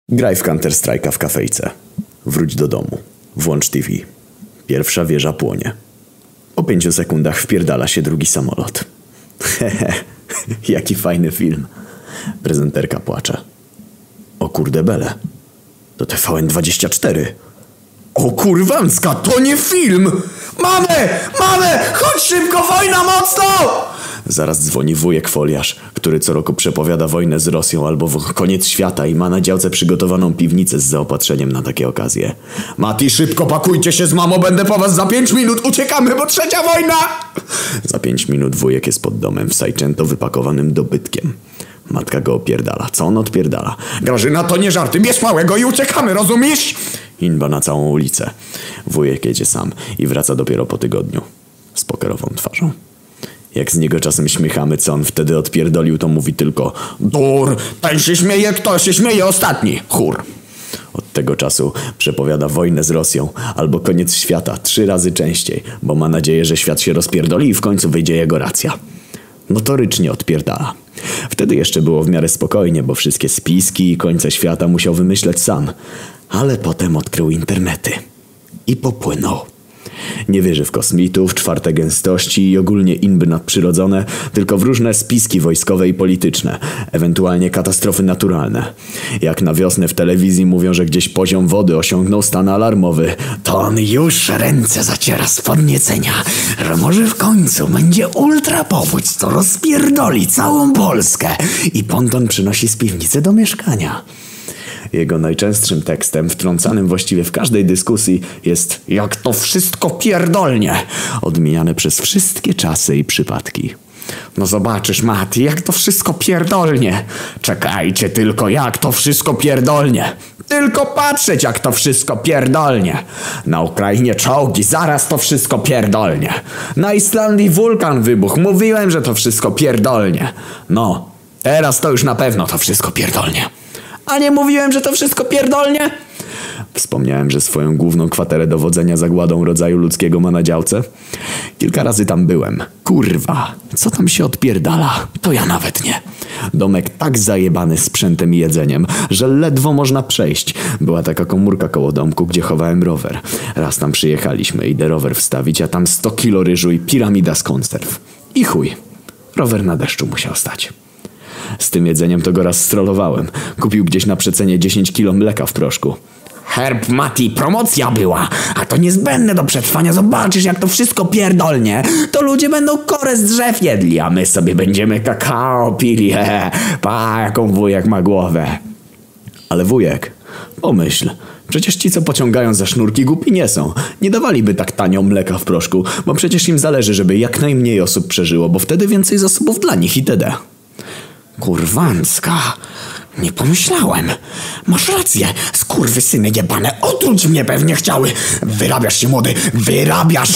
Graj w Counter-Strike'a w kafejce. Wróć do domu. Włącz TV. Pierwsza wieża płonie. Po 5 sekundach wpierdala się drugi samolot. Hehe, jaki fajny film. Prezenterka płacze. O kurde bele. To TVN24. O kurwancka, to nie film! Mamy! Chodź szybko, wojna mocno! Zaraz dzwoni wujek foliarz, który co roku przepowiada wojnę z Rosją albo koniec świata i ma na działce przygotowaną piwnicę z zaopatrzeniem na takie okazje. Mati, szybko pakujcie się z mamą, będę po was za 5 minut, uciekamy, bo trzecia wojna! Za 5 minut wujek jest pod domem w Sajczęto wypakowanym dobytkiem. Matka go opierdala. Co on odpierdala? Grażyna, to nie żarty, bierz małego i uciekamy, rozumiesz? Inba na całą ulicę. Wujek jedzie sam i wraca dopiero po tygodniu. Z pokerową twarzą. Jak z niego czasem śmiechamy, co on wtedy odpierdolił, to mówi tylko: dur, ten się śmieje, kto się śmieje ostatni? Chór. Od tego czasu przepowiada wojnę z Rosją albo koniec świata 3 razy częściej, bo ma nadzieję, że świat się rozpierdoli i w końcu wyjdzie jego racja. Notorycznie odpierdala. Wtedy jeszcze było w miarę spokojnie, bo wszystkie spiski i końce świata musiał wymyśleć sam. Ale potem odkrył internety. I popłynął. Nie wierzy w kosmitów, 4 gęstości i ogólnie inby nadprzyrodzone, tylko w różne spiski wojskowe i polityczne, ewentualnie katastrofy naturalne. Jak na wiosnę w telewizji mówią, że gdzieś poziom wody osiągnął stan alarmowy, to on już ręce zaciera z podniecenia, że może w końcu będzie ultrapowódź, co rozpierdoli całą Polskę i ponton przynosi z piwnicy do mieszkania. Jego najczęstszym tekstem, wtrącanym właściwie w każdej dyskusji, jest: jak to wszystko pierdolnie, odmieniane przez wszystkie czasy i przypadki. No zobaczysz, Mati, jak to wszystko pierdolnie. Czekajcie tylko, jak to wszystko pierdolnie. Tylko patrzeć, jak to wszystko pierdolnie. Na Ukrainie czołgi, zaraz to wszystko pierdolnie. Na Islandii wulkan wybuchł, mówiłem, że to wszystko pierdolnie. No, teraz to już na pewno to wszystko pierdolnie. A nie mówiłem, że to wszystko pierdolnie? Wspomniałem, że swoją główną kwaterę dowodzenia zagładą rodzaju ludzkiego ma na działce. Kilka razy tam byłem. Kurwa, co tam się odpierdala? To ja nawet nie. Domek tak zajebany sprzętem i jedzeniem, że ledwo można przejść. Była taka komórka koło domku, gdzie chowałem rower. Raz tam przyjechaliśmy, idę rower wstawić, a tam 100 kilo ryżu i piramida z konserw. I chuj. Rower na deszczu musiał stać. Z tym jedzeniem to go raz strollowałem. Kupił gdzieś na przecenie 10 kilo mleka w proszku. Herb, Mati, promocja była, a to niezbędne do przetrwania. Zobaczysz, jak to wszystko pierdolnie. To ludzie będą korę z drzew jedli, a my sobie będziemy kakao pili. Pa, jaką wujek ma głowę. Ale wujek, pomyśl, przecież ci, co pociągają za sznurki, głupi nie są. Nie dawaliby tak tanio mleka w proszku, bo przecież im zależy, żeby jak najmniej osób przeżyło, bo wtedy więcej zasobów dla nich itd. Kurwancka, nie pomyślałem. Masz rację, skurwysyny jebane, otruć mnie pewnie chciały. Wyrabiasz się, młody, wyrabiasz.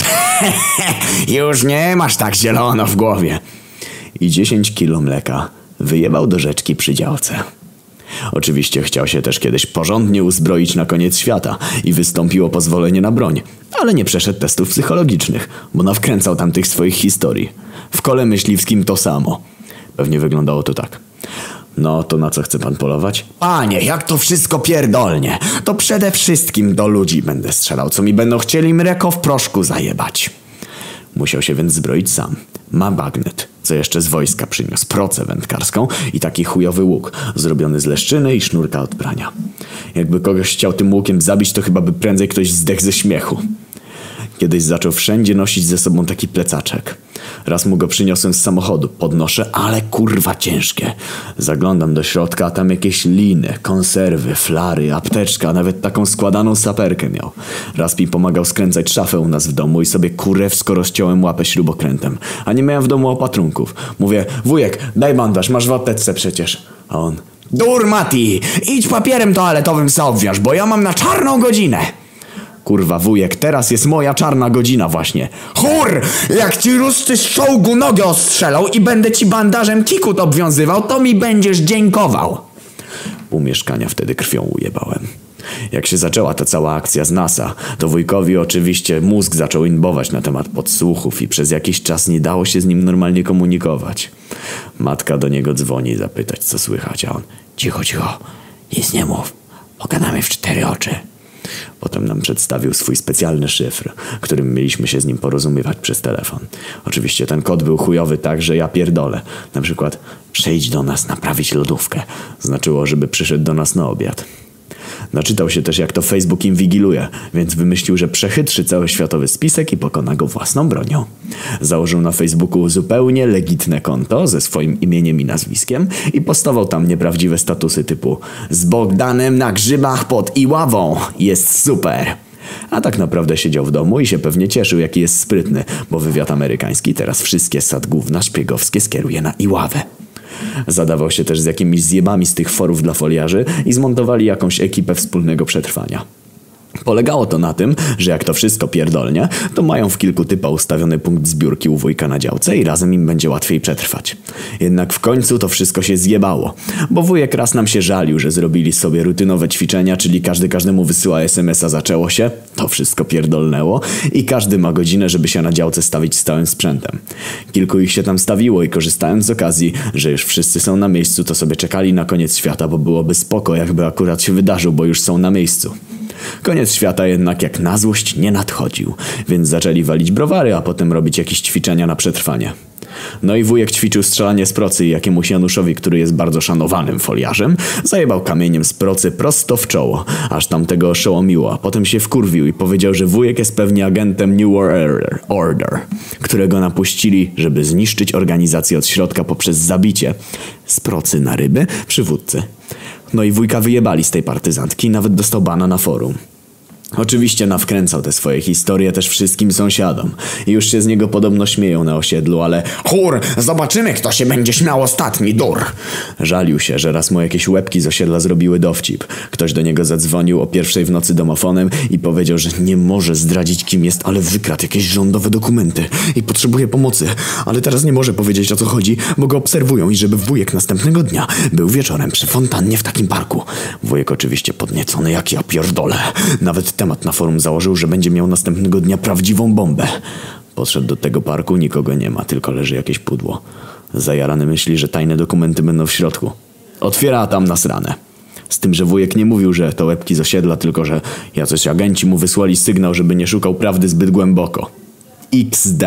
Już nie masz tak zielono w głowie. I 10 kilo mleka wyjebał do rzeczki przy działce. Oczywiście chciał się też kiedyś porządnie uzbroić na koniec świata i wystąpiło pozwolenie na broń, ale nie przeszedł testów psychologicznych, bo nawkręcał tam tych swoich historii. W kole myśliwskim to samo. Pewnie wyglądało to tak. No to na co chce pan polować? Panie, jak to wszystko pierdolnie. To przede wszystkim do ludzi będę strzelał, co mi będą chcieli mleko w proszku zajebać. Musiał się więc zbroić sam. Ma bagnet, co jeszcze z wojska przyniósł, procę wędkarską i taki chujowy łuk, zrobiony z leszczyny i sznurka od prania. Jakby kogoś chciał tym łukiem zabić, to chyba by prędzej ktoś zdechł ze śmiechu. Kiedyś zaczął wszędzie nosić ze sobą taki plecaczek. Raz mu go przyniosłem z samochodu. Podnoszę, ale kurwa ciężkie. Zaglądam do środka, a tam jakieś liny, konserwy, flary, apteczka, a nawet taką składaną saperkę miał. Raz mi pomagał skręcać szafę u nas w domu i sobie kurewsko rozciąłem łapę śrubokrętem. A nie miałem w domu opatrunków. Mówię: wujek, daj bandaż, masz w apteczce przecież. A on: dur, Mati, idź papierem toaletowym se obwiąż, bo ja mam na czarną godzinę. Kurwa, wujek, teraz jest moja czarna godzina właśnie. Chór! Jak ci rusty z czołgu nogę ostrzelał i będę ci bandażem kikut obwiązywał, to mi będziesz dziękował. Pół mieszkania wtedy krwią ujebałem. Jak się zaczęła ta cała akcja z NASA, to wujkowi oczywiście mózg zaczął inbować na temat podsłuchów i przez jakiś czas nie dało się z nim normalnie komunikować. Matka do niego dzwoni zapytać, co słychać, a on: cicho, nic nie mów. Pogadamy w 4 oczy. Potem nam przedstawił swój specjalny szyfr, którym mieliśmy się z nim porozumiewać przez telefon. Oczywiście ten kod był chujowy tak, że ja pierdolę. Na przykład przyjdź do nas naprawić lodówkę. Znaczyło, żeby przyszedł do nas na obiad. Naczytał się też, jak to Facebook inwigiluje, więc wymyślił, że przechytrzy cały światowy spisek i pokona go własną bronią. Założył na Facebooku zupełnie legitne konto ze swoim imieniem i nazwiskiem i postawał tam nieprawdziwe statusy typu z Bogdanem na grzybach pod Iławą. Jest super! A tak naprawdę siedział w domu i się pewnie cieszył, jaki jest sprytny, bo wywiad amerykański teraz wszystkie sadgówna szpiegowskie skieruje na Iławę. Zadawał się też z jakimiś zjebami z tych forów dla foliarzy i zmontowali jakąś ekipę wspólnego przetrwania. Polegało to na tym, że jak to wszystko pierdolnie, to mają w kilku typa ustawiony punkt zbiórki u wujka na działce i razem im będzie łatwiej przetrwać. Jednak w końcu to wszystko się zjebało, bo wujek raz nam się żalił, że zrobili sobie rutynowe ćwiczenia, czyli każdy każdemu wysyła SMS-a, zaczęło się, to wszystko pierdolnęło i każdy ma godzinę, żeby się na działce stawić z całym sprzętem. Kilku ich się tam stawiło i korzystając z okazji, że już wszyscy są na miejscu, to sobie czekali na koniec świata, bo byłoby spoko, jakby akurat się wydarzył, bo już są na miejscu. Koniec świata jednak jak na złość nie nadchodził, więc zaczęli walić browary, a potem robić jakieś ćwiczenia na przetrwanie. No i wujek ćwiczył strzelanie z procy i jakiemuś Januszowi, który jest bardzo szanowanym foliarzem, zajebał kamieniem z procy prosto w czoło, aż tamtego oszołomiło, a potem się wkurwił i powiedział, że wujek jest pewnie agentem New World Order, którego napuścili, żeby zniszczyć organizację od środka poprzez zabicie z procy na ryby przywódcy. No i wujka wyjebali z tej partyzantki, nawet dostał bana na forum. Oczywiście nawkręcał te swoje historie też wszystkim sąsiadom. I już się z niego podobno śmieją na osiedlu, ale chór, zobaczymy, kto się będzie śmiał ostatni, dur! Żalił się, że raz mu jakieś łebki z osiedla zrobiły dowcip. Ktoś do niego zadzwonił o 1:00 w nocy domofonem i powiedział, że nie może zdradzić, kim jest, ale wykradł jakieś rządowe dokumenty i potrzebuje pomocy. Ale teraz nie może powiedzieć, o co chodzi, bo go obserwują i żeby wujek następnego dnia był wieczorem przy fontannie w takim parku. Wujek oczywiście podniecony, jak ja pierdolę. Nawet temat na forum założył, że będzie miał następnego dnia prawdziwą bombę. Podszedł do tego parku, nikogo nie ma, tylko leży jakieś pudło. Zajarany myśli, że tajne dokumenty będą w środku. Otwiera, a tam nasrane. Z tym, że wujek nie mówił, że to łebki z osiedla, tylko że jacyś agenci mu wysłali sygnał, żeby nie szukał prawdy zbyt głęboko. XD.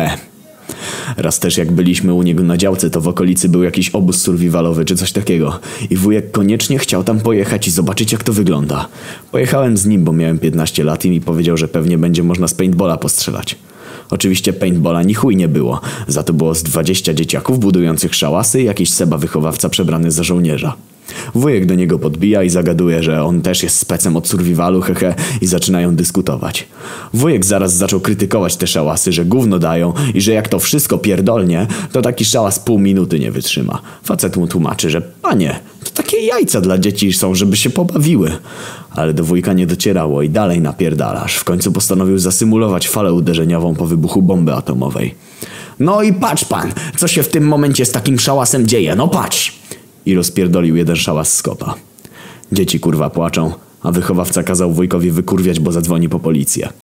Raz też jak byliśmy u niego na działce, to w okolicy był jakiś obóz survivalowy czy coś takiego. I wujek koniecznie chciał tam pojechać i zobaczyć, jak to wygląda. Pojechałem z nim, bo miałem 15 lat i mi powiedział, że pewnie będzie można z paintballa postrzelać. Oczywiście paintballa ni chuj nie było. Za to było z 20 dzieciaków budujących szałasy i jakiś Seba wychowawca przebrany za żołnierza. Wujek do niego podbija i zagaduje, że on też jest specem od survivalu, hehe, i zaczynają dyskutować. Wujek zaraz zaczął krytykować te szałasy, że gówno dają i że jak to wszystko pierdolnie, to taki szałas pół minuty nie wytrzyma. Facet mu tłumaczy, że panie, to takie jajca dla dzieci są, żeby się pobawiły. Ale do wujka nie docierało i dalej napierdalasz. W końcu postanowił zasymulować falę uderzeniową po wybuchu bomby atomowej. No i patrz pan, co się w tym momencie z takim szałasem dzieje, no patrz! I rozpierdolił jeden szałas z kopa. Dzieci kurwa płaczą, a wychowawca kazał wujkowi wykurwiać, bo zadzwoni po policję.